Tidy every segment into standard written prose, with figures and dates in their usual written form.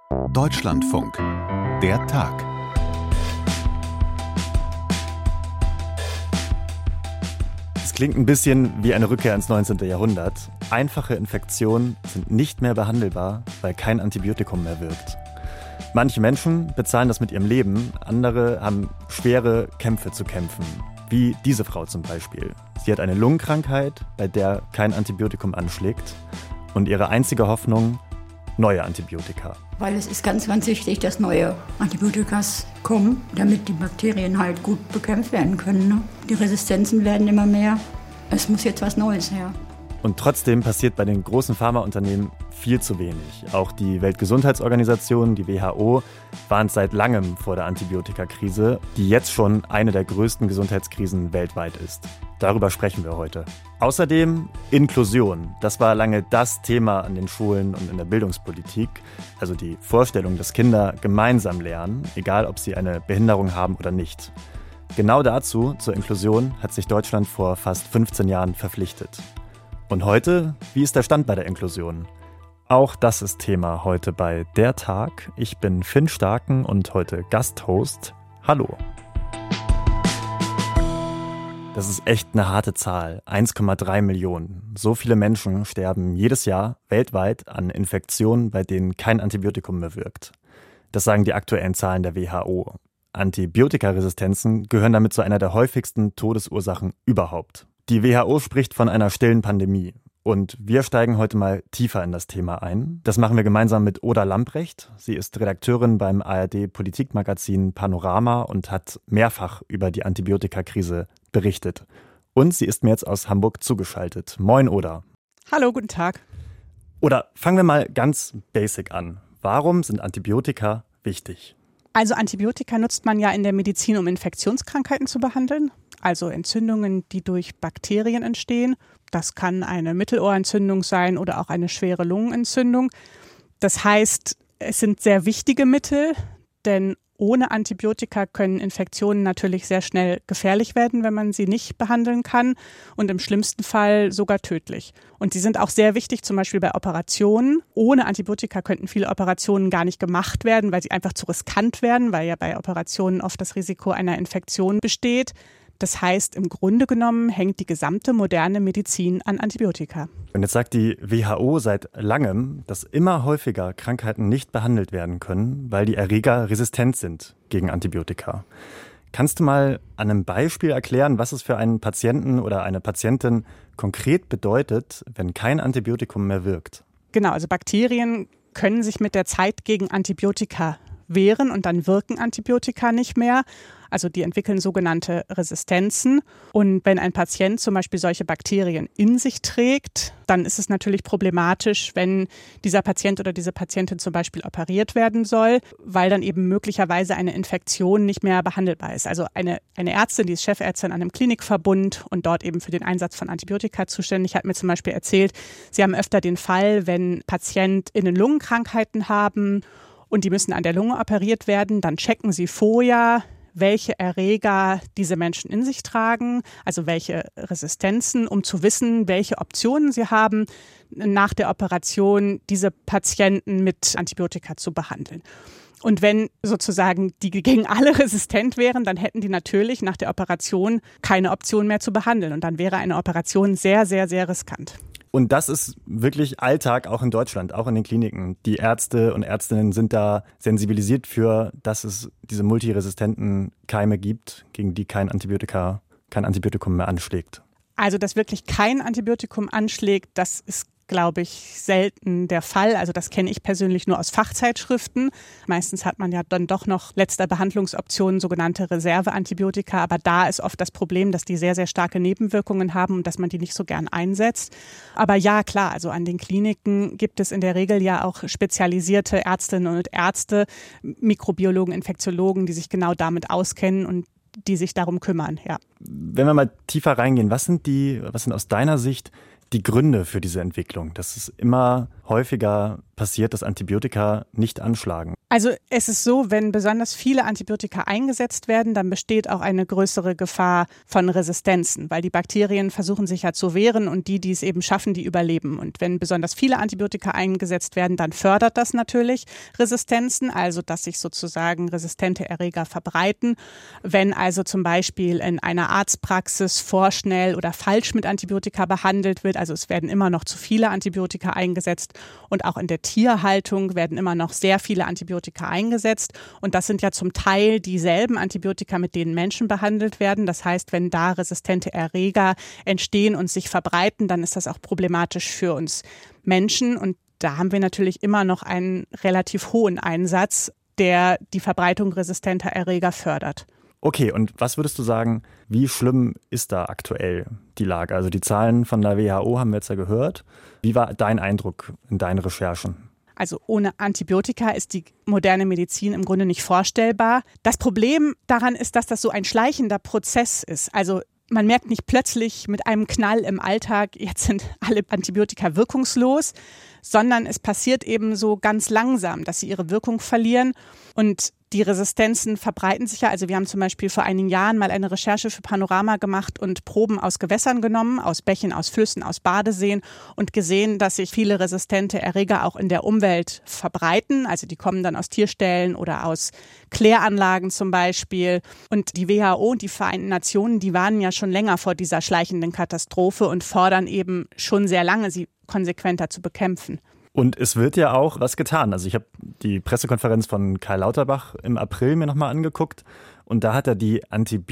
Deutschlandfunk. Der Tag. Es klingt ein bisschen wie eine Rückkehr ins 19. Jahrhundert. Einfache Infektionen sind nicht mehr behandelbar, weil kein Antibiotikum mehr wirkt. Manche Menschen bezahlen das mit ihrem Leben, andere haben schwere Kämpfe zu kämpfen. Wie diese Frau zum Beispiel. Sie hat eine Lungenkrankheit, bei der kein Antibiotikum anschlägt. Und ihre einzige Hoffnung: neue Antibiotika. Weil es ist ganz, ganz wichtig, dass neue Antibiotika kommen, damit die Bakterien halt gut bekämpft werden können. Ne? Die Resistenzen werden immer mehr. Es muss jetzt was Neues her. Und trotzdem passiert bei den großen Pharmaunternehmen viel zu wenig. Auch die Weltgesundheitsorganisation, die WHO, warnt seit langem vor der Antibiotikakrise, die jetzt schon eine der größten Gesundheitskrisen weltweit ist. Darüber sprechen wir heute. Außerdem Inklusion. Das war lange das Thema an den Schulen und in der Bildungspolitik. Also die Vorstellung, dass Kinder gemeinsam lernen, egal ob sie eine Behinderung haben oder nicht. Genau dazu, zur Inklusion, hat sich Deutschland vor fast 15 Jahren verpflichtet. Und heute, wie ist der Stand bei der Inklusion? Auch das ist Thema heute bei Der Tag. Ich bin Finn Starken und heute Gasthost. Hallo. Das ist echt eine harte Zahl, 1,3 Millionen. So viele Menschen sterben jedes Jahr weltweit an Infektionen, bei denen kein Antibiotikum mehr wirkt. Das sagen die aktuellen Zahlen der WHO. Antibiotikaresistenzen gehören damit zu einer der häufigsten Todesursachen überhaupt. Die WHO spricht von einer stillen Pandemie. Und wir steigen heute mal tiefer in das Thema ein. Das machen wir gemeinsam mit Oda Lamprecht. Sie ist Redakteurin beim ARD-Politikmagazin Panorama und hat mehrfach über die Antibiotikakrise berichtet. Und sie ist mir jetzt aus Hamburg zugeschaltet. Moin, Oda. Hallo, guten Tag. Oda, fangen wir mal ganz basic an. Warum sind Antibiotika wichtig? Also Antibiotika nutzt man ja in der Medizin, um Infektionskrankheiten zu behandeln. Also Entzündungen, die durch Bakterien entstehen. Das kann eine Mittelohrentzündung sein oder auch eine schwere Lungenentzündung. Das heißt, es sind sehr wichtige Mittel, denn ohne Antibiotika können Infektionen natürlich sehr schnell gefährlich werden, wenn man sie nicht behandeln kann und im schlimmsten Fall sogar tödlich. Und sie sind auch sehr wichtig, zum Beispiel bei Operationen. Ohne Antibiotika könnten viele Operationen gar nicht gemacht werden, weil sie einfach zu riskant werden, weil ja bei Operationen oft das Risiko einer Infektion besteht. Das heißt, im Grunde genommen hängt die gesamte moderne Medizin an Antibiotika. Und jetzt sagt die WHO seit langem, dass immer häufiger Krankheiten nicht behandelt werden können, weil die Erreger resistent sind gegen Antibiotika. Kannst du mal an einem Beispiel erklären, was es für einen Patienten oder eine Patientin konkret bedeutet, wenn kein Antibiotikum mehr wirkt? Genau, also Bakterien können sich mit der Zeit gegen Antibiotika wehren und dann wirken Antibiotika nicht mehr. Also die entwickeln sogenannte Resistenzen. Und wenn ein Patient zum Beispiel solche Bakterien in sich trägt, dann ist es natürlich problematisch, wenn dieser Patient oder diese Patientin zum Beispiel operiert werden soll, weil dann eben möglicherweise eine Infektion nicht mehr behandelbar ist. Also eine Ärztin, die ist Chefärztin an einem Klinikverbund und dort eben für den Einsatz von Antibiotika zuständig, hat mir zum Beispiel erzählt, sie haben öfter den Fall, wenn PatientInnen Lungenkrankheiten haben und die müssen an der Lunge operiert werden, dann checken sie vorher, welche Erreger diese Menschen in sich tragen, also welche Resistenzen, um zu wissen, welche Optionen sie haben, nach der Operation diese Patienten mit Antibiotika zu behandeln. Und wenn sozusagen die gegen alle resistent wären, dann hätten die natürlich nach der Operation keine Option mehr zu behandeln. Und dann wäre eine Operation sehr, sehr, sehr riskant. Und das ist wirklich Alltag auch in Deutschland, auch in den Kliniken. Die Ärzte und Ärztinnen sind da sensibilisiert für, dass es diese multiresistenten Keime gibt, gegen die kein Antibiotikum mehr anschlägt. Also, dass wirklich kein Antibiotikum anschlägt, das ist, glaube ich, selten der Fall. Also das kenne ich persönlich nur aus Fachzeitschriften. Meistens hat man ja dann doch noch letzter Behandlungsoptionen, sogenannte Reserveantibiotika. Aber da ist oft das Problem, dass die sehr, sehr starke Nebenwirkungen haben und dass man die nicht so gern einsetzt. Aber ja, klar, also an den Kliniken gibt es in der Regel ja auch spezialisierte Ärztinnen und Ärzte, Mikrobiologen, Infektiologen, die sich genau damit auskennen und die sich darum kümmern, ja. Wenn wir mal tiefer reingehen, was sind aus deiner Sicht die Gründe für diese Entwicklung, dass es immer häufiger passiert, dass Antibiotika nicht anschlagen? Also es ist so, wenn besonders viele Antibiotika eingesetzt werden, dann besteht auch eine größere Gefahr von Resistenzen, weil die Bakterien versuchen sich ja zu wehren und die es eben schaffen, die überleben. Und wenn besonders viele Antibiotika eingesetzt werden, dann fördert das natürlich Resistenzen, also dass sich sozusagen resistente Erreger verbreiten. Wenn also zum Beispiel in einer Arztpraxis vorschnell oder falsch mit Antibiotika behandelt wird, also es werden immer noch zu viele Antibiotika eingesetzt und auch in der Tierhaltung werden immer noch sehr viele Antibiotika eingesetzt. Und das sind ja zum Teil dieselben Antibiotika, mit denen Menschen behandelt werden. Das heißt, wenn da resistente Erreger entstehen und sich verbreiten, dann ist das auch problematisch für uns Menschen. Und da haben wir natürlich immer noch einen relativ hohen Einsatz, der die Verbreitung resistenter Erreger fördert. Okay, und was würdest du sagen, wie schlimm ist da aktuell die Lage? Also die Zahlen von der WHO haben wir jetzt ja gehört. Wie war dein Eindruck in deinen Recherchen? Also ohne Antibiotika ist die moderne Medizin im Grunde nicht vorstellbar. Das Problem daran ist, dass das so ein schleichender Prozess ist. Also man merkt nicht plötzlich mit einem Knall im Alltag, jetzt sind alle Antibiotika wirkungslos, sondern es passiert eben so ganz langsam, dass sie ihre Wirkung verlieren und die Resistenzen verbreiten sich ja. Also wir haben zum Beispiel vor einigen Jahren mal eine Recherche für Panorama gemacht und Proben aus Gewässern genommen, aus Bächen, aus Flüssen, aus Badeseen und gesehen, dass sich viele resistente Erreger auch in der Umwelt verbreiten. Also die kommen dann aus Tierställen oder aus Kläranlagen zum Beispiel. Und die WHO und die Vereinten Nationen, die warnen ja schon länger vor dieser schleichenden Katastrophe und fordern eben schon sehr lange, sie konsequenter zu bekämpfen. Und es wird ja auch was getan. Also ich habe die Pressekonferenz von Karl Lauterbach im April mir nochmal angeguckt und da hat er die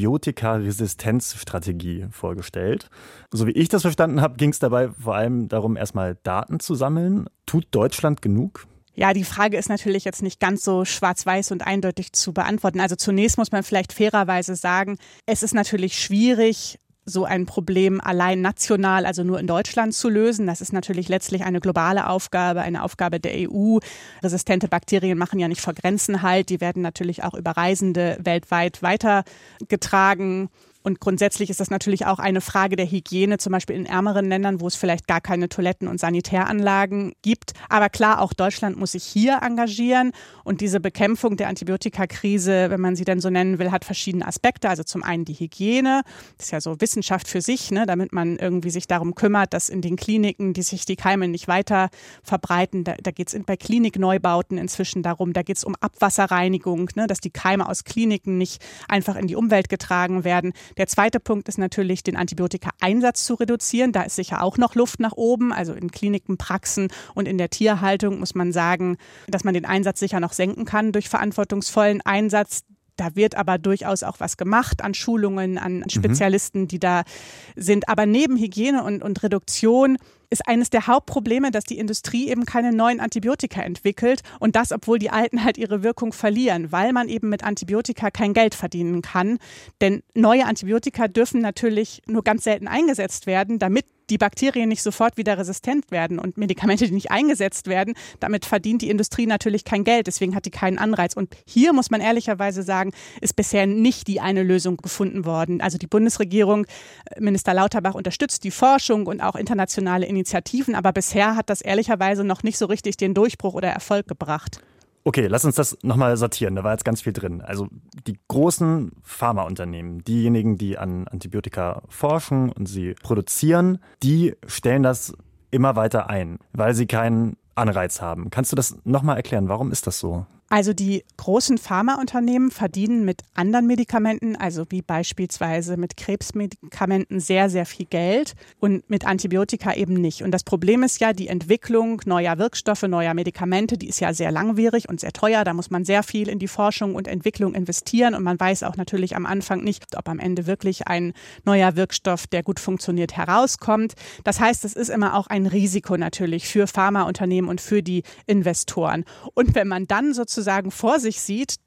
Antibiotikaresistenzstrategie vorgestellt. So wie ich das verstanden habe, ging es dabei vor allem darum, erstmal Daten zu sammeln. Tut Deutschland genug? Ja, die Frage ist natürlich jetzt nicht ganz so schwarz-weiß und eindeutig zu beantworten. Also zunächst muss man vielleicht fairerweise sagen, es ist natürlich schwierig, so ein Problem allein national, also nur in Deutschland zu lösen. Das ist natürlich letztlich eine globale Aufgabe, eine Aufgabe der EU. Resistente Bakterien machen ja nicht vor Grenzen halt. Die werden natürlich auch über Reisende weltweit weitergetragen. Und grundsätzlich ist das natürlich auch eine Frage der Hygiene, zum Beispiel in ärmeren Ländern, wo es vielleicht gar keine Toiletten- und Sanitäranlagen gibt. Aber klar, auch Deutschland muss sich hier engagieren. Und diese Bekämpfung der Antibiotikakrise, wenn man sie denn so nennen will, hat verschiedene Aspekte. Also zum einen die Hygiene, das ist ja so Wissenschaft für sich, ne, damit man irgendwie sich darum kümmert, dass in den Kliniken, die sich die Keime nicht weiter verbreiten, da geht es bei Klinikneubauten inzwischen darum, da geht es um Abwasserreinigung, ne, dass die Keime aus Kliniken nicht einfach in die Umwelt getragen werden. Der zweite Punkt ist natürlich, den Antibiotika-Einsatz zu reduzieren. Da ist sicher auch noch Luft nach oben. Also in Kliniken, Praxen und in der Tierhaltung muss man sagen, dass man den Einsatz sicher noch senken kann durch verantwortungsvollen Einsatz. Da wird aber durchaus auch was gemacht an Schulungen, an Spezialisten, die da sind. Aber neben Hygiene und Reduktion ist eines der Hauptprobleme, dass die Industrie eben keine neuen Antibiotika entwickelt und das, obwohl die alten halt ihre Wirkung verlieren, weil man eben mit Antibiotika kein Geld verdienen kann. Denn neue Antibiotika dürfen natürlich nur ganz selten eingesetzt werden, damit die Bakterien nicht sofort wieder resistent werden und Medikamente, die nicht eingesetzt werden, damit verdient die Industrie natürlich kein Geld, deswegen hat die keinen Anreiz. Und hier muss man ehrlicherweise sagen, ist bisher nicht die eine Lösung gefunden worden. Also die Bundesregierung, Minister Lauterbach unterstützt die Forschung und auch internationale Initiativen, aber bisher hat das ehrlicherweise noch nicht so richtig den Durchbruch oder Erfolg gebracht. Okay, lass uns das nochmal sortieren. Da war jetzt ganz viel drin. Also die großen Pharmaunternehmen, diejenigen, die an Antibiotika forschen und sie produzieren, die stellen das immer weiter ein, weil sie keinen Anreiz haben. Kannst du das nochmal erklären? Warum ist das so? Also die großen Pharmaunternehmen verdienen mit anderen Medikamenten, also wie beispielsweise mit Krebsmedikamenten, sehr, sehr viel Geld und mit Antibiotika eben nicht. Und das Problem ist ja, die Entwicklung neuer Wirkstoffe, neuer Medikamente, die ist ja sehr langwierig und sehr teuer. Da muss man sehr viel in die Forschung und Entwicklung investieren und man weiß auch natürlich am Anfang nicht, ob am Ende wirklich ein neuer Wirkstoff, der gut funktioniert, herauskommt. Das heißt, es ist immer auch ein Risiko natürlich für Pharmaunternehmen und für die Investoren. Und wenn man dann sozusagen vor sich sieht, dass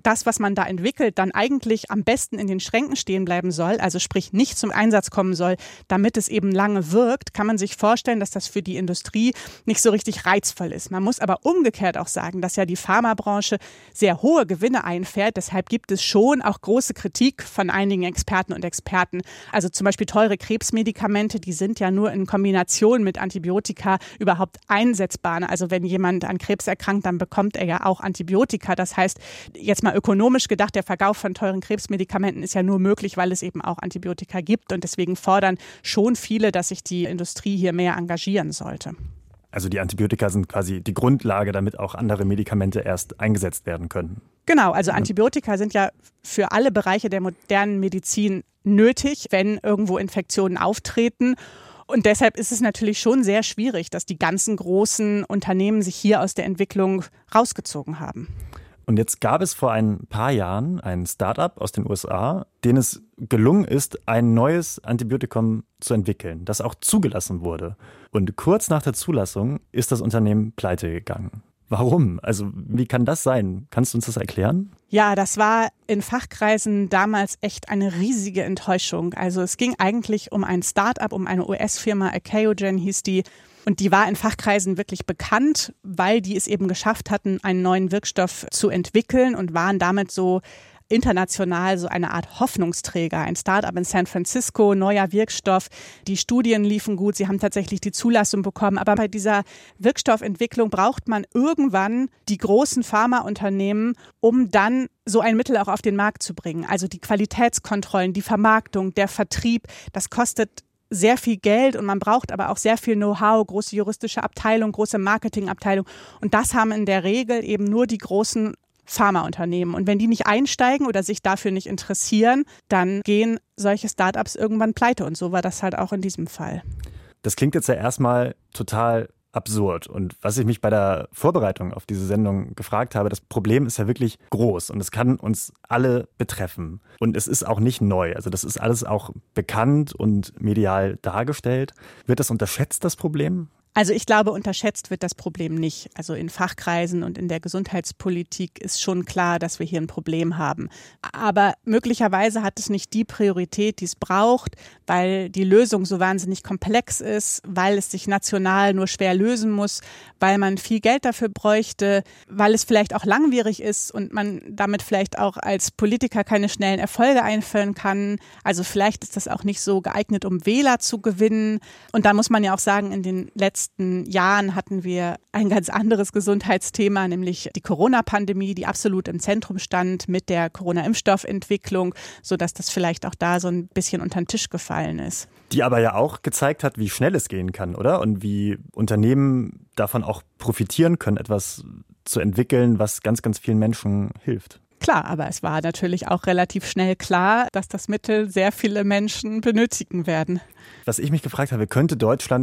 das, was man da entwickelt, dann eigentlich am besten in den Schränken stehen bleiben soll, also sprich nicht zum Einsatz kommen soll, damit es eben lange wirkt, kann man sich vorstellen, dass das für die Industrie nicht so richtig reizvoll ist. Man muss aber umgekehrt auch sagen, dass ja die Pharmabranche sehr hohe Gewinne einfährt. Deshalb gibt es schon auch große Kritik von einigen Experten und Experten. Also zum Beispiel teure Krebsmedikamente, die sind ja nur in Kombination mit Antibiotika überhaupt einsetzbar. Also wenn jemand an Krebs erkrankt, dann bekommt er ja auch Antibiotika. Das heißt, jetzt mal ökonomisch gedacht, der Verkauf von teuren Krebsmedikamenten ist ja nur möglich, weil es eben auch Antibiotika gibt. Und deswegen fordern schon viele, dass sich die Industrie hier mehr engagieren sollte. Also die Antibiotika sind quasi die Grundlage, damit auch andere Medikamente erst eingesetzt werden können. Genau, also Antibiotika sind ja für alle Bereiche der modernen Medizin nötig, wenn irgendwo Infektionen auftreten. Und deshalb ist es natürlich schon sehr schwierig, dass die ganzen großen Unternehmen sich hier aus der Entwicklung rausgezogen haben. Und jetzt gab es vor ein paar Jahren ein Start-up aus den USA, denen es gelungen ist, ein neues Antibiotikum zu entwickeln, das auch zugelassen wurde. Und kurz nach der Zulassung ist das Unternehmen pleite gegangen. Warum? Also wie kann das sein? Kannst du uns das erklären? Ja, das war in Fachkreisen damals echt eine riesige Enttäuschung. Also es ging eigentlich um ein Start-up, um eine US-Firma, Achaogen hieß die. Und die war in Fachkreisen wirklich bekannt, weil die es eben geschafft hatten, einen neuen Wirkstoff zu entwickeln und waren damit so international so eine Art Hoffnungsträger. Ein Start-up in San Francisco, neuer Wirkstoff. Die Studien liefen gut, sie haben tatsächlich die Zulassung bekommen. Aber bei dieser Wirkstoffentwicklung braucht man irgendwann die großen Pharmaunternehmen, um dann so ein Mittel auch auf den Markt zu bringen. Also die Qualitätskontrollen, die Vermarktung, der Vertrieb, das kostet sehr viel Geld und man braucht aber auch sehr viel Know-how, große juristische Abteilung, große Marketingabteilung. Und das haben in der Regel eben nur die großen Pharmaunternehmen. Und wenn die nicht einsteigen oder sich dafür nicht interessieren, dann gehen solche Startups irgendwann pleite. Und so war das halt auch in diesem Fall. Das klingt jetzt ja erstmal total absurd. Und was ich mich bei der Vorbereitung auf diese Sendung gefragt habe, das Problem ist ja wirklich groß und es kann uns alle betreffen. Und es ist auch nicht neu. Also das ist alles auch bekannt und medial dargestellt. Wird das unterschätzt, das Problem? Also ich glaube, unterschätzt wird das Problem nicht. Also in Fachkreisen und in der Gesundheitspolitik ist schon klar, dass wir hier ein Problem haben. Aber möglicherweise hat es nicht die Priorität, die es braucht, weil die Lösung so wahnsinnig komplex ist, weil es sich national nur schwer lösen muss, weil man viel Geld dafür bräuchte, weil es vielleicht auch langwierig ist und man damit vielleicht auch als Politiker keine schnellen Erfolge einführen kann. Also vielleicht ist das auch nicht so geeignet, um Wähler zu gewinnen. Und da muss man ja auch sagen, in den letzten Jahren hatten wir ein ganz anderes Gesundheitsthema, nämlich die Corona-Pandemie, die absolut im Zentrum stand mit der Corona-Impfstoffentwicklung, sodass das vielleicht auch da so ein bisschen unter den Tisch gefallen ist. Die aber ja auch gezeigt hat, wie schnell es gehen kann, oder? Und wie Unternehmen davon auch profitieren können, etwas zu entwickeln, was ganz, ganz vielen Menschen hilft. Klar, aber es war natürlich auch relativ schnell klar, dass das Mittel sehr viele Menschen benötigen werden. Was ich mich gefragt habe, könnte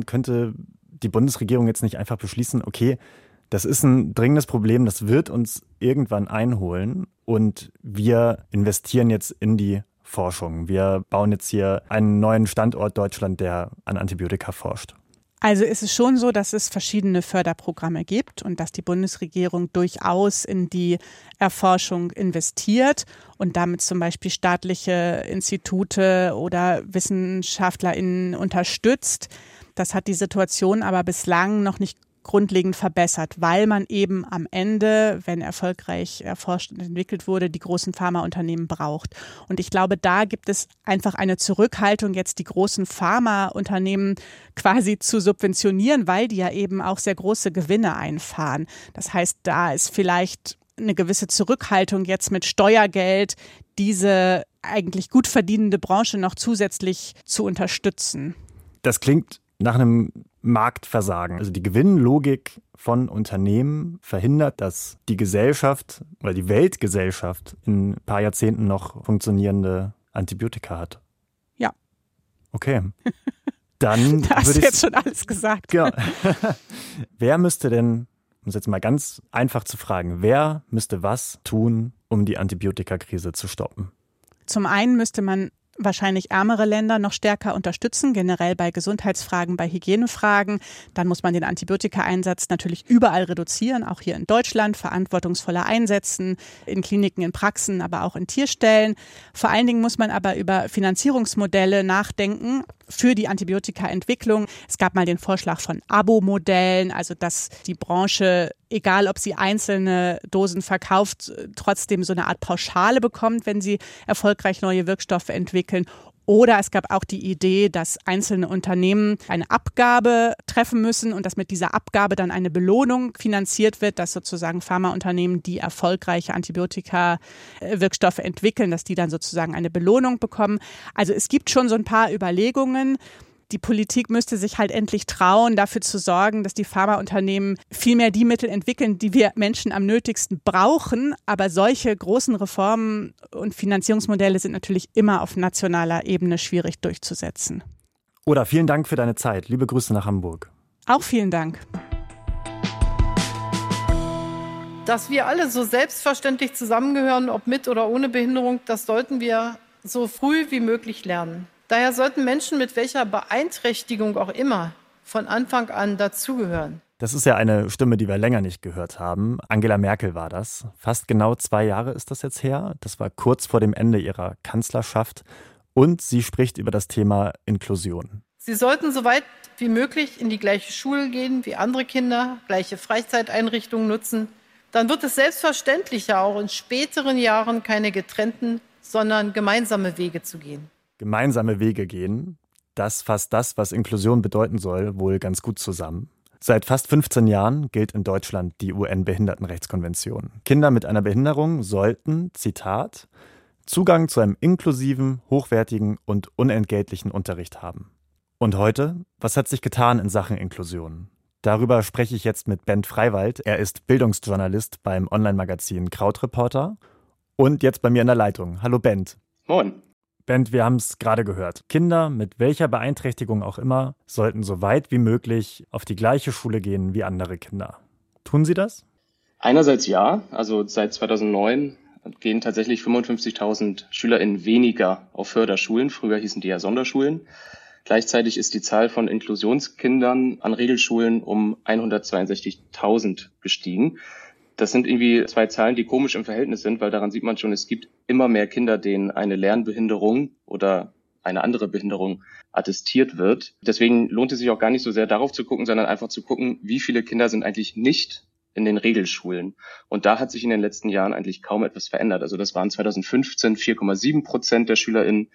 die Bundesregierung jetzt nicht einfach beschließen, okay, das ist ein dringendes Problem, das wird uns irgendwann einholen und wir investieren jetzt in die Forschung. Wir bauen jetzt hier einen neuen Standort Deutschland, der an Antibiotika forscht. Also ist es schon so, dass es verschiedene Förderprogramme gibt und dass die Bundesregierung durchaus in die Erforschung investiert und damit zum Beispiel staatliche Institute oder WissenschaftlerInnen unterstützt. Das hat die Situation aber bislang noch nicht grundlegend verbessert, weil man eben am Ende, wenn erfolgreich erforscht und entwickelt wurde, die großen Pharmaunternehmen braucht. Und ich glaube, da gibt es einfach eine Zurückhaltung, jetzt die großen Pharmaunternehmen quasi zu subventionieren, weil die ja eben auch sehr große Gewinne einfahren. Das heißt, da ist vielleicht eine gewisse Zurückhaltung jetzt mit Steuergeld, diese eigentlich gut verdienende Branche noch zusätzlich zu unterstützen. Das klingt nach einem Marktversagen. Also die Gewinnlogik von Unternehmen verhindert, dass die Gesellschaft oder die Weltgesellschaft in ein paar Jahrzehnten noch funktionierende Antibiotika hat. Ja. Okay. Dann da hast du jetzt schon alles gesagt. Genau. Wer müsste denn, um es jetzt mal ganz einfach zu fragen, wer müsste was tun, um die Antibiotikakrise zu stoppen? Zum einen müsste man wahrscheinlich ärmere Länder noch stärker unterstützen, generell bei Gesundheitsfragen, bei Hygienefragen. Dann muss man den Antibiotikaeinsatz natürlich überall reduzieren, auch hier in Deutschland, verantwortungsvoller einsetzen, in Kliniken, in Praxen, aber auch in Tierstellen. Vor allen Dingen muss man aber über Finanzierungsmodelle nachdenken für die Antibiotikaentwicklung. Es gab mal den Vorschlag von Abo-Modellen, also dass die Branche, egal ob sie einzelne Dosen verkauft, trotzdem so eine Art Pauschale bekommt, wenn sie erfolgreich neue Wirkstoffe entwickeln. Oder es gab auch die Idee, dass einzelne Unternehmen eine Abgabe treffen müssen und dass mit dieser Abgabe dann eine Belohnung finanziert wird, dass sozusagen Pharmaunternehmen, die erfolgreiche Antibiotika-Wirkstoffe entwickeln, dass die dann sozusagen eine Belohnung bekommen. Also es gibt schon so ein paar Überlegungen. Die Politik müsste sich halt endlich trauen, dafür zu sorgen, dass die Pharmaunternehmen viel mehr die Mittel entwickeln, die wir Menschen am nötigsten brauchen. Aber solche großen Reformen und Finanzierungsmodelle sind natürlich immer auf nationaler Ebene schwierig durchzusetzen. Oda, vielen Dank für deine Zeit. Liebe Grüße nach Hamburg. Auch vielen Dank. Dass wir alle so selbstverständlich zusammengehören, ob mit oder ohne Behinderung, das sollten wir so früh wie möglich lernen. Daher sollten Menschen mit welcher Beeinträchtigung auch immer von Anfang an dazugehören. Das ist ja eine Stimme, die wir länger nicht gehört haben. Angela Merkel war das. Fast genau 2 Jahre ist das jetzt her. Das war kurz vor dem Ende ihrer Kanzlerschaft. Und sie spricht über das Thema Inklusion. Sie sollten so weit wie möglich in die gleiche Schule gehen wie andere Kinder, gleiche Freizeiteinrichtungen nutzen. Dann wird es selbstverständlicher, auch in späteren Jahren keine getrennten, sondern gemeinsame Wege zu gehen. Gemeinsame Wege gehen, das fasst das, was Inklusion bedeuten soll, wohl ganz gut zusammen. Seit fast 15 Jahren gilt in Deutschland die UN-Behindertenrechtskonvention. Kinder mit einer Behinderung sollten, Zitat, Zugang zu einem inklusiven, hochwertigen und unentgeltlichen Unterricht haben. Und heute, was hat sich getan in Sachen Inklusion? Darüber spreche ich jetzt mit Bent Freiwald. Er ist Bildungsjournalist beim Online-Magazin Krautreporter und jetzt bei mir in der Leitung. Hallo Bent. Moin. Bent, wir haben es gerade gehört. Kinder mit welcher Beeinträchtigung auch immer sollten so weit wie möglich auf die gleiche Schule gehen wie andere Kinder. Tun sie das? Einerseits ja. Also seit 2009 gehen tatsächlich 55.000 SchülerInnen weniger auf Förderschulen. Früher hießen die ja Sonderschulen. Gleichzeitig ist die Zahl von Inklusionskindern an Regelschulen um 162.000 gestiegen. Das sind irgendwie 2 Zahlen, die komisch im Verhältnis sind, weil daran sieht man schon, es gibt immer mehr Kinder, denen eine Lernbehinderung oder eine andere Behinderung attestiert wird. Deswegen lohnt es sich auch gar nicht so sehr darauf zu gucken, sondern einfach zu gucken, wie viele Kinder sind eigentlich nicht in den Regelschulen. Und da hat sich in den letzten Jahren eigentlich kaum etwas verändert. Also das waren 2015 4,7% der SchülerInnen,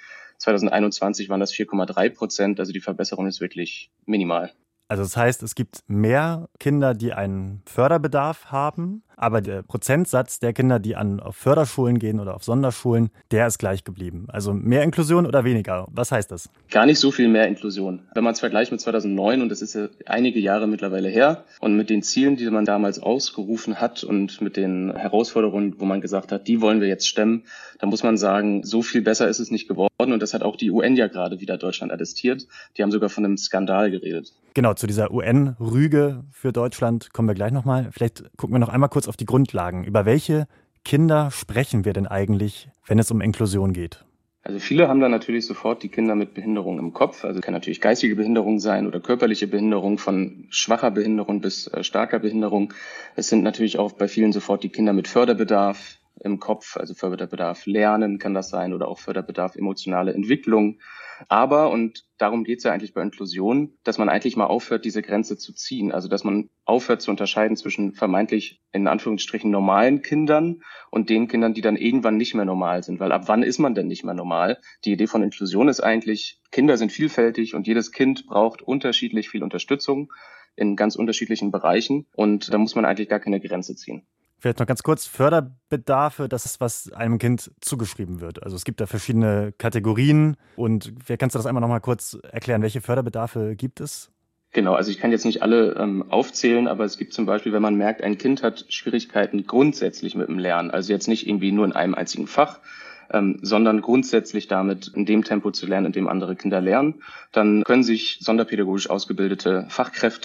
2021 waren das 4,3%. Also die Verbesserung ist wirklich minimal. Also das heißt, es gibt mehr Kinder, die einen Förderbedarf haben, aber der Prozentsatz der Kinder, die auf Förderschulen gehen oder auf Sonderschulen, der ist gleich geblieben. Also mehr Inklusion oder weniger? Was heißt das? Gar nicht so viel mehr Inklusion. Wenn man es vergleicht mit 2009, und das ist ja einige Jahre mittlerweile her, und mit den Zielen, die man damals ausgerufen hat und mit den Herausforderungen, wo man gesagt hat, die wollen wir jetzt stemmen, dann muss man sagen, so viel besser ist es nicht geworden. Und das hat auch die UN ja gerade wieder Deutschland attestiert. Die haben sogar von einem Skandal geredet. Genau, zu dieser UN-Rüge für Deutschland kommen wir gleich nochmal. Vielleicht gucken wir noch einmal kurz auf die Grundlagen. Über welche Kinder sprechen wir denn eigentlich, wenn es um Inklusion geht? Also viele haben da natürlich sofort die Kinder mit Behinderung im Kopf. Also kann natürlich geistige Behinderung sein oder körperliche Behinderung, von schwacher Behinderung bis starker Behinderung. Es sind natürlich auch bei vielen sofort die Kinder mit Förderbedarf im Kopf, also Förderbedarf Lernen kann das sein oder auch Förderbedarf emotionale Entwicklung. Aber, und darum geht es ja eigentlich bei Inklusion, dass man eigentlich mal aufhört, diese Grenze zu ziehen. Also dass man aufhört zu unterscheiden zwischen vermeintlich in Anführungsstrichen normalen Kindern und den Kindern, die dann irgendwann nicht mehr normal sind. Weil ab wann ist man denn nicht mehr normal? Die Idee von Inklusion ist eigentlich, Kinder sind vielfältig und jedes Kind braucht unterschiedlich viel Unterstützung in ganz unterschiedlichen Bereichen. Und da muss man eigentlich gar keine Grenze ziehen. Vielleicht noch ganz kurz, Förderbedarfe, das ist, was einem Kind zugeschrieben wird. Also es gibt da verschiedene Kategorien und kannst du das einmal noch mal kurz erklären, welche Förderbedarfe gibt es? Genau, also ich kann jetzt nicht alle aufzählen, aber es gibt zum Beispiel, wenn man merkt, ein Kind hat Schwierigkeiten grundsätzlich mit dem Lernen, also jetzt nicht irgendwie nur in einem einzigen Fach, sondern grundsätzlich damit in dem Tempo zu lernen, in dem andere Kinder lernen, dann können sich sonderpädagogisch ausgebildete Fachkräfte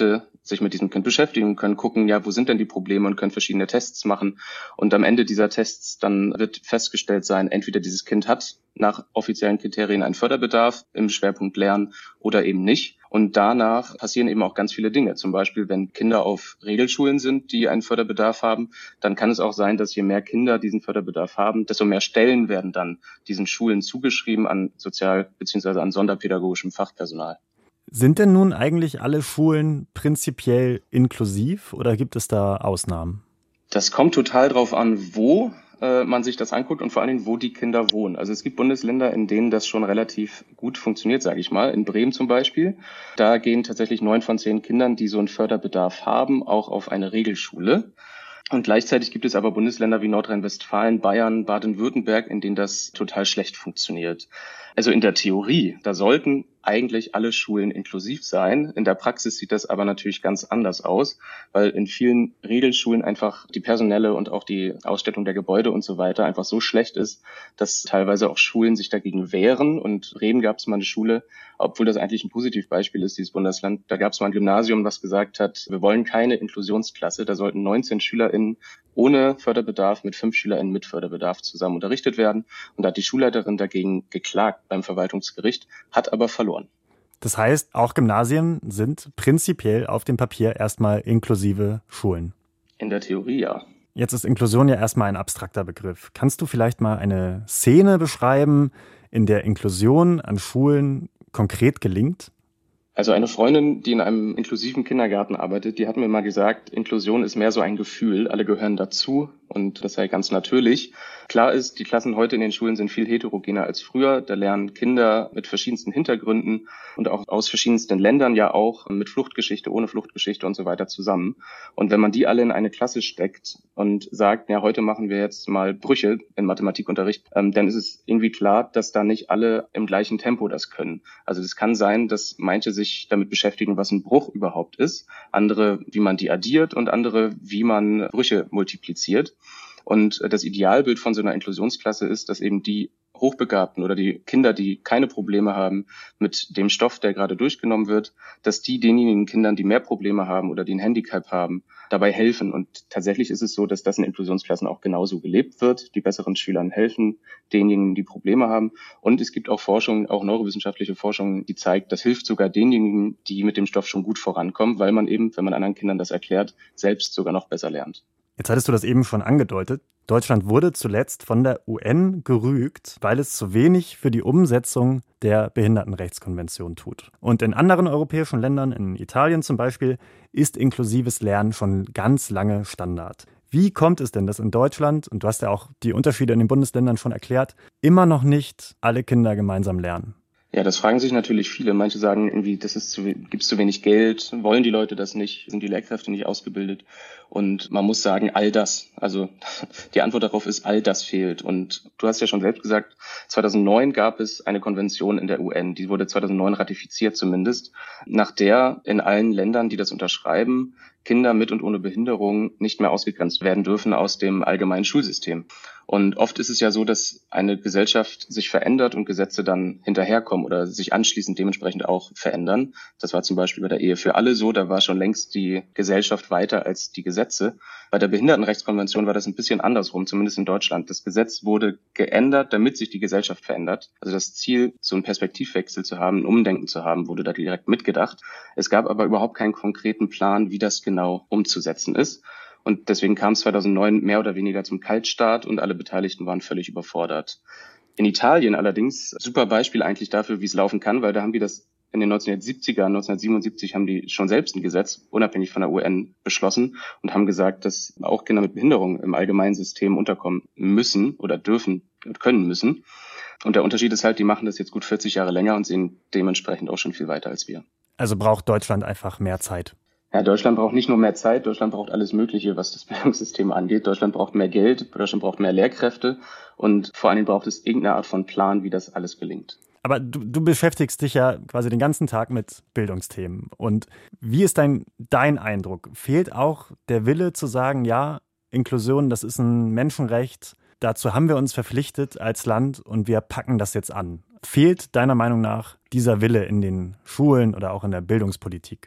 sich mit diesem Kind beschäftigen, können gucken, ja, wo sind denn die Probleme und können verschiedene Tests machen. Und am Ende dieser Tests dann wird festgestellt sein, entweder dieses Kind hat nach offiziellen Kriterien einen Förderbedarf im Schwerpunkt Lernen oder eben nicht. Und danach passieren eben auch ganz viele Dinge. Zum Beispiel, wenn Kinder auf Regelschulen sind, die einen Förderbedarf haben, dann kann es auch sein, dass je mehr Kinder diesen Förderbedarf haben, desto mehr Stellen werden dann diesen Schulen zugeschrieben an sozial- bzw. an sonderpädagogischem Fachpersonal. Sind denn nun eigentlich alle Schulen prinzipiell inklusiv oder gibt es da Ausnahmen? Das kommt total drauf an, wo man sich das anguckt und vor allen Dingen, wo die Kinder wohnen. Also es gibt Bundesländer, in denen das schon relativ gut funktioniert, sage ich mal. In Bremen zum Beispiel, da gehen tatsächlich 9 von 10 Kindern, die so einen Förderbedarf haben, auch auf eine Regelschule. Und gleichzeitig gibt es aber Bundesländer wie Nordrhein-Westfalen, Bayern, Baden-Württemberg, in denen das total schlecht funktioniert. Also in der Theorie, da sollten eigentlich alle Schulen inklusiv sein. In der Praxis sieht das aber natürlich ganz anders aus, weil in vielen Regelschulen einfach die personelle und auch die Ausstattung der Gebäude und so weiter einfach so schlecht ist, dass teilweise auch Schulen sich dagegen wehren. Und Bremen gab es mal eine Schule, obwohl das eigentlich ein Positivbeispiel ist, dieses Bundesland, da gab es mal ein Gymnasium, was gesagt hat, wir wollen keine Inklusionsklasse, da sollten 19 SchülerInnen ohne Förderbedarf mit 5 SchülerInnen mit Förderbedarf zusammen unterrichtet werden. Und da hat die Schulleiterin dagegen geklagt beim Verwaltungsgericht, hat aber verloren. Das heißt, auch Gymnasien sind prinzipiell auf dem Papier erstmal inklusive Schulen. In der Theorie ja. Jetzt ist Inklusion ja erstmal ein abstrakter Begriff. Kannst du vielleicht mal eine Szene beschreiben, in der Inklusion an Schulen konkret gelingt? Also eine Freundin, die in einem inklusiven Kindergarten arbeitet, die hat mir mal gesagt, Inklusion ist mehr so ein Gefühl, alle gehören dazu und das sei ganz natürlich. Klar ist, die Klassen heute in den Schulen sind viel heterogener als früher. Da lernen Kinder mit verschiedensten Hintergründen und auch aus verschiedensten Ländern ja auch mit Fluchtgeschichte, ohne Fluchtgeschichte und so weiter zusammen. Und wenn man die alle in eine Klasse steckt und sagt, ja, heute machen wir jetzt mal Brüche im Mathematikunterricht, dann ist es irgendwie klar, dass da nicht alle im gleichen Tempo das können. Also es kann sein, dass manche sich damit beschäftigen, was ein Bruch überhaupt ist, andere, wie man die addiert und andere, wie man Brüche multipliziert. Und das Idealbild von so einer Inklusionsklasse ist, dass eben die Hochbegabten oder die Kinder, die keine Probleme haben mit dem Stoff, der gerade durchgenommen wird, dass die denjenigen Kindern, die mehr Probleme haben oder die ein Handicap haben, dabei helfen. Und tatsächlich ist es so, dass das in Inklusionsklassen auch genauso gelebt wird. Die besseren Schülern helfen denjenigen, die Probleme haben. Und es gibt auch Forschung, auch neurowissenschaftliche Forschung, die zeigt, das hilft sogar denjenigen, die mit dem Stoff schon gut vorankommen, weil man eben, wenn man anderen Kindern das erklärt, selbst sogar noch besser lernt. Jetzt hattest du das eben schon angedeutet. Deutschland wurde zuletzt von der UN gerügt, weil es zu wenig für die Umsetzung der Behindertenrechtskonvention tut. Und in anderen europäischen Ländern, in Italien zum Beispiel, ist inklusives Lernen schon ganz lange Standard. Wie kommt es denn, dass in Deutschland, und du hast ja auch die Unterschiede in den Bundesländern schon erklärt, immer noch nicht alle Kinder gemeinsam lernen? Ja, das fragen sich natürlich viele. Manche sagen irgendwie, gibt's zu wenig Geld, wollen die Leute das nicht, sind die Lehrkräfte nicht ausgebildet? Und man muss sagen, all das. Also die Antwort darauf ist, all das fehlt. Und du hast ja schon selbst gesagt, 2009 gab es eine Konvention in der UN, die wurde 2009 ratifiziert zumindest, nach der in allen Ländern, die das unterschreiben, Kinder mit und ohne Behinderung nicht mehr ausgegrenzt werden dürfen aus dem allgemeinen Schulsystem. Und oft ist es ja so, dass eine Gesellschaft sich verändert und Gesetze dann hinterherkommen oder sich anschließend dementsprechend auch verändern. Das war zum Beispiel bei der Ehe für alle so, da war schon längst die Gesellschaft weiter als die Gesetze. Bei der Behindertenrechtskonvention war das ein bisschen andersrum, zumindest in Deutschland. Das Gesetz wurde geändert, damit sich die Gesellschaft verändert. Also das Ziel, so einen Perspektivwechsel zu haben, ein Umdenken zu haben, wurde da direkt mitgedacht. Es gab aber überhaupt keinen konkreten Plan, wie das genau umzusetzen ist. Und deswegen kam es 2009 mehr oder weniger zum Kaltstart und alle Beteiligten waren völlig überfordert. In Italien allerdings, super Beispiel eigentlich dafür, wie es laufen kann, weil da haben die das in den 1970ern, 1977 haben die schon selbst ein Gesetz, unabhängig von der UN, beschlossen und haben gesagt, dass auch Kinder mit Behinderung im allgemeinen System unterkommen müssen oder dürfen und können müssen. Und der Unterschied ist halt, die machen das jetzt gut 40 Jahre länger und sehen dementsprechend auch schon viel weiter als wir. Also braucht Deutschland einfach mehr Zeit. Ja, Deutschland braucht nicht nur mehr Zeit, Deutschland braucht alles Mögliche, was das Bildungssystem angeht. Deutschland braucht mehr Geld, Deutschland braucht mehr Lehrkräfte und vor allen Dingen braucht es irgendeine Art von Plan, wie das alles gelingt. Aber du beschäftigst dich ja quasi den ganzen Tag mit Bildungsthemen. Und wie ist dein Eindruck? Fehlt auch der Wille zu sagen, ja, Inklusion, das ist ein Menschenrecht, dazu haben wir uns verpflichtet als Land und wir packen das jetzt an. Fehlt deiner Meinung nach dieser Wille in den Schulen oder auch in der Bildungspolitik?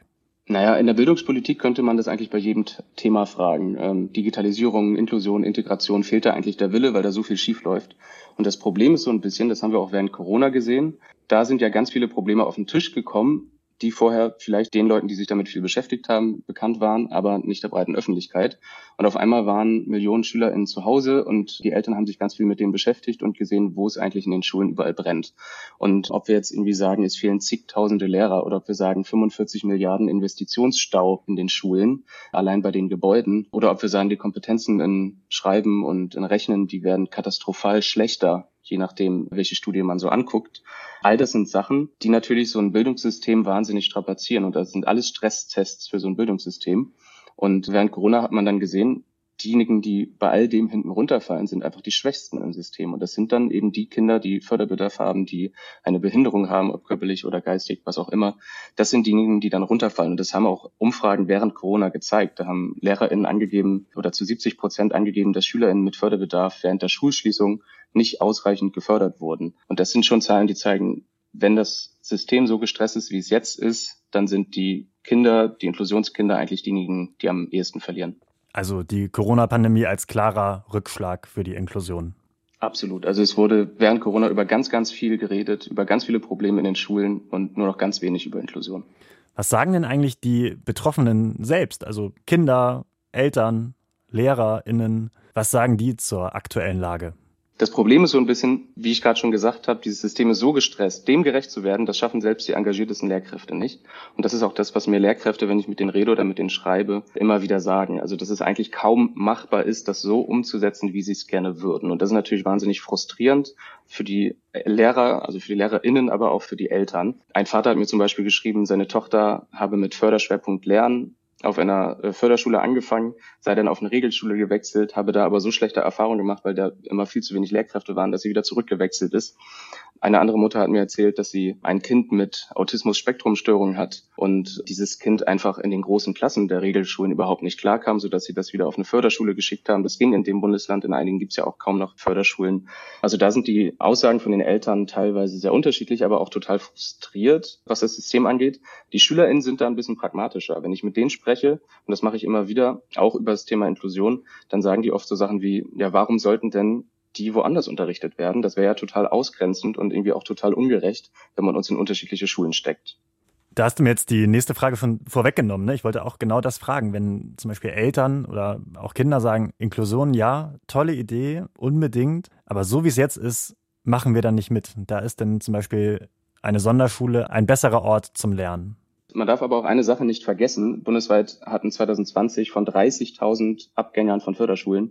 Naja, in der Bildungspolitik könnte man das eigentlich bei jedem Thema fragen. Digitalisierung, Inklusion, Integration, fehlt da eigentlich der Wille, weil da so viel schief läuft. Und das Problem ist so ein bisschen, das haben wir auch während Corona gesehen, da sind ja ganz viele Probleme auf den Tisch gekommen, die vorher vielleicht den Leuten, die sich damit viel beschäftigt haben, bekannt waren, aber nicht der breiten Öffentlichkeit. Und auf einmal waren Millionen SchülerInnen zu Hause und die Eltern haben sich ganz viel mit dem beschäftigt und gesehen, wo es eigentlich in den Schulen überall brennt. Und ob wir jetzt irgendwie sagen, es fehlen zigtausende Lehrer oder ob wir sagen 45 Milliarden Investitionsstau in den Schulen, allein bei den Gebäuden, oder ob wir sagen, die Kompetenzen in Schreiben und in Rechnen, die werden katastrophal schlechter, je nachdem, welche Studie man so anguckt. All das sind Sachen, die natürlich so ein Bildungssystem wahnsinnig strapazieren. Und das sind alles Stresstests für so ein Bildungssystem. Und während Corona hat man dann gesehen, diejenigen, die bei all dem hinten runterfallen, sind einfach die Schwächsten im System. Und das sind dann eben die Kinder, die Förderbedarf haben, die eine Behinderung haben, ob körperlich oder geistig, was auch immer. Das sind diejenigen, die dann runterfallen. Und das haben auch Umfragen während Corona gezeigt. Da haben LehrerInnen angegeben oder zu 70% angegeben, dass SchülerInnen mit Förderbedarf während der Schulschließung nicht ausreichend gefördert wurden. Und das sind schon Zahlen, die zeigen, wenn das System so gestresst ist, wie es jetzt ist, dann sind die Kinder, die Inklusionskinder eigentlich diejenigen, die am ehesten verlieren. Also die Corona-Pandemie als klarer Rückschlag für die Inklusion. Absolut. Also es wurde während Corona über ganz, ganz viel geredet, über ganz viele Probleme in den Schulen und nur noch ganz wenig über Inklusion. Was sagen denn eigentlich die Betroffenen selbst, also Kinder, Eltern, LehrerInnen, was sagen die zur aktuellen Lage? Das Problem ist so ein bisschen, wie ich gerade schon gesagt habe, dieses System ist so gestresst, dem gerecht zu werden, das schaffen selbst die engagiertesten Lehrkräfte nicht. Und das ist auch das, was mir Lehrkräfte, wenn ich mit denen rede oder mit denen schreibe, immer wieder sagen. Also, dass es eigentlich kaum machbar ist, das so umzusetzen, wie sie es gerne würden. Und das ist natürlich wahnsinnig frustrierend für die Lehrer, also für die LehrerInnen, aber auch für die Eltern. Ein Vater hat mir zum Beispiel geschrieben, seine Tochter habe mit Förderschwerpunkt Lernen auf einer Förderschule angefangen, sei dann auf eine Regelschule gewechselt, habe da aber so schlechte Erfahrungen gemacht, weil da immer viel zu wenig Lehrkräfte waren, dass sie wieder zurückgewechselt ist. Eine andere Mutter hat mir erzählt, dass sie ein Kind mit Autismus-Spektrum-Störung hat und dieses Kind einfach in den großen Klassen der Regelschulen überhaupt nicht klarkam, sodass sie das wieder auf eine Förderschule geschickt haben. Das ging in dem Bundesland, in einigen gibt es ja auch kaum noch Förderschulen. Also da sind die Aussagen von den Eltern teilweise sehr unterschiedlich, aber auch total frustriert, was das System angeht. Die SchülerInnen sind da ein bisschen pragmatischer. Wenn ich mit denen spreche, und das mache ich immer wieder, auch über das Thema Inklusion, dann sagen die oft so Sachen wie, ja, warum sollten denn die woanders unterrichtet werden? Das wäre ja total ausgrenzend und irgendwie auch total ungerecht, wenn man uns in unterschiedliche Schulen steckt. Da hast du mir jetzt die nächste Frage vorweggenommen, ne? Ich wollte auch genau das fragen, wenn zum Beispiel Eltern oder auch Kinder sagen, Inklusion, ja, tolle Idee, unbedingt, aber so wie es jetzt ist, machen wir dann nicht mit. Da ist dann zum Beispiel eine Sonderschule ein besserer Ort zum Lernen. Man darf aber auch eine Sache nicht vergessen. Bundesweit hatten 2020 von 30.000 Abgängern von Förderschulen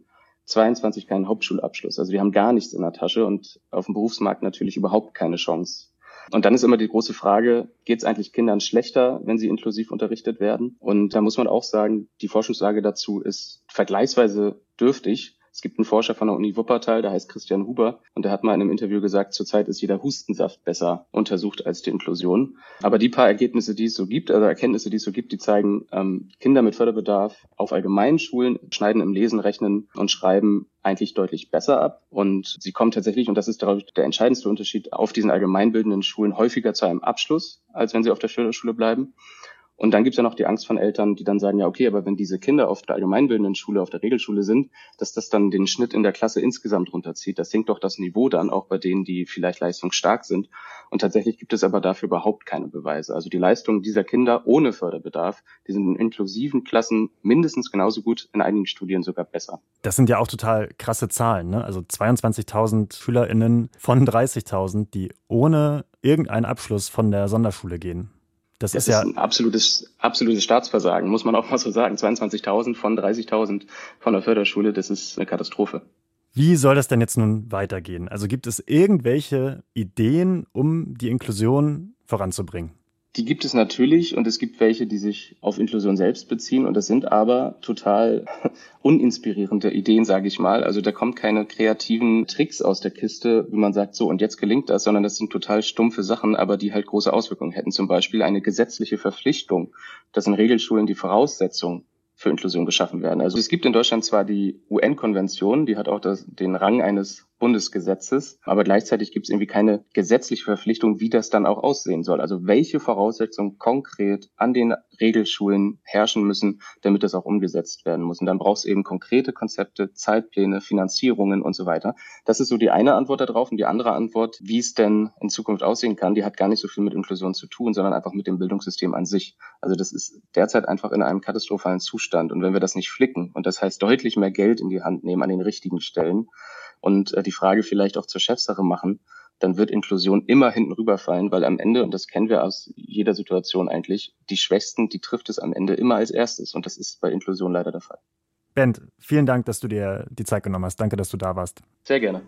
22 keinen Hauptschulabschluss. Also die haben gar nichts in der Tasche und auf dem Berufsmarkt natürlich überhaupt keine Chance. Und dann ist immer die große Frage, geht es eigentlich Kindern schlechter, wenn sie inklusiv unterrichtet werden? Und da muss man auch sagen, die Forschungslage dazu ist vergleichsweise dürftig. Es gibt einen Forscher von der Uni Wuppertal, der heißt Christian Huber, und der hat mal in einem Interview gesagt, zurzeit ist jeder Hustensaft besser untersucht als die Inklusion. Aber die paar Erkenntnisse, die es so gibt, die zeigen, Kinder mit Förderbedarf auf Allgemeinschulen schneiden im Lesen, Rechnen und Schreiben eigentlich deutlich besser ab. Und sie kommen tatsächlich, und das ist, glaube ich, der entscheidendste Unterschied, auf diesen allgemeinbildenden Schulen häufiger zu einem Abschluss, als wenn sie auf der Förderschule bleiben. Und dann gibt es ja noch die Angst von Eltern, die dann sagen, ja okay, aber wenn diese Kinder auf der allgemeinbildenden Schule, auf der Regelschule sind, dass das dann den Schnitt in der Klasse insgesamt runterzieht. Das sinkt doch das Niveau dann auch bei denen, die vielleicht leistungsstark sind. Und tatsächlich gibt es aber dafür überhaupt keine Beweise. Also die Leistungen dieser Kinder ohne Förderbedarf, die sind in inklusiven Klassen mindestens genauso gut, in einigen Studien sogar besser. Das sind ja auch total krasse Zahlen, ne? Also 22.000 SchülerInnen von 30.000, die ohne irgendeinen Abschluss von der Sonderschule gehen. Das ist ja ein absolutes Staatsversagen, muss man auch mal so sagen. 22.000 von 30.000 von der Förderschule, das ist eine Katastrophe. Wie soll das denn jetzt nun weitergehen? Also gibt es irgendwelche Ideen, um die Inklusion voranzubringen? Die gibt es natürlich und es gibt welche, die sich auf Inklusion selbst beziehen und das sind aber total uninspirierende Ideen, sage ich mal. Also da kommen keine kreativen Tricks aus der Kiste, wie man sagt, so und jetzt gelingt das, sondern das sind total stumpfe Sachen, aber die halt große Auswirkungen hätten. Zum Beispiel eine gesetzliche Verpflichtung, dass in Regelschulen die Voraussetzungen für Inklusion geschaffen werden. Also es gibt in Deutschland zwar die UN-Konvention, die hat auch den Rang eines Bundesgesetzes. Aber gleichzeitig gibt es irgendwie keine gesetzliche Verpflichtung, wie das dann auch aussehen soll. Also welche Voraussetzungen konkret an den Regelschulen herrschen müssen, damit das auch umgesetzt werden muss. Und dann braucht es eben konkrete Konzepte, Zeitpläne, Finanzierungen und so weiter. Das ist so die eine Antwort darauf. Und die andere Antwort, wie es denn in Zukunft aussehen kann, die hat gar nicht so viel mit Inklusion zu tun, sondern einfach mit dem Bildungssystem an sich. Also das ist derzeit einfach in einem katastrophalen Zustand. Und wenn wir das nicht flicken, und das heißt deutlich mehr Geld in die Hand nehmen an den richtigen Stellen und die Frage vielleicht auch zur Chefsache machen, dann wird Inklusion immer hinten rüberfallen, weil am Ende, und das kennen wir aus jeder Situation eigentlich, die Schwächsten, die trifft es am Ende immer als erstes. Und das ist bei Inklusion leider der Fall. Bent, vielen Dank, dass du dir die Zeit genommen hast. Danke, dass du da warst. Sehr gerne.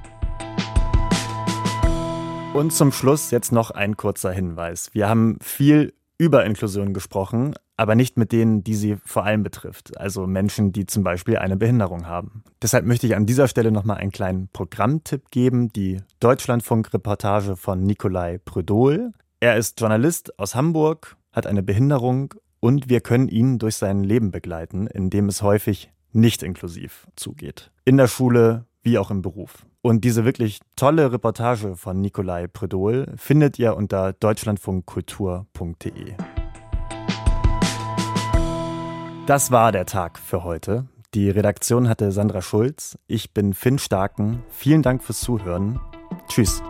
Und zum Schluss jetzt noch ein kurzer Hinweis. Wir haben viel über Inklusion gesprochen, aber nicht mit denen, die sie vor allem betrifft. Also Menschen, die zum Beispiel eine Behinderung haben. Deshalb möchte ich an dieser Stelle nochmal einen kleinen Programmtipp geben. Die Deutschlandfunk-Reportage von Nikolai Prödol. Er ist Journalist aus Hamburg, hat eine Behinderung und wir können ihn durch sein Leben begleiten, in dem es häufig nicht inklusiv zugeht. In der Schule wie auch im Beruf. Und diese wirklich tolle Reportage von Nikolai Prödol findet ihr unter deutschlandfunkkultur.de. Das war der Tag für heute. Die Redaktion hatte Sandra Schulz. Ich bin Finn Starken. Vielen Dank fürs Zuhören. Tschüss.